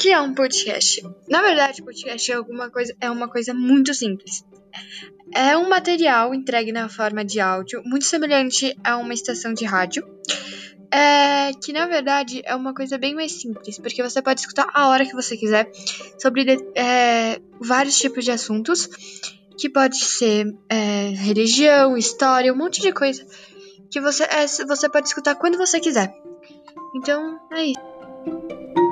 que é um podcast? Na verdade, podcast é uma coisa muito simples. É um material entregue na forma de áudio, muito semelhante a uma estação de rádio, que na verdade é uma coisa bem mais simples, porque você pode escutar a hora que você quiser sobre vários tipos de assuntos, que pode ser religião, história, um monte de coisa que você pode escutar quando você quiser. Então, é isso.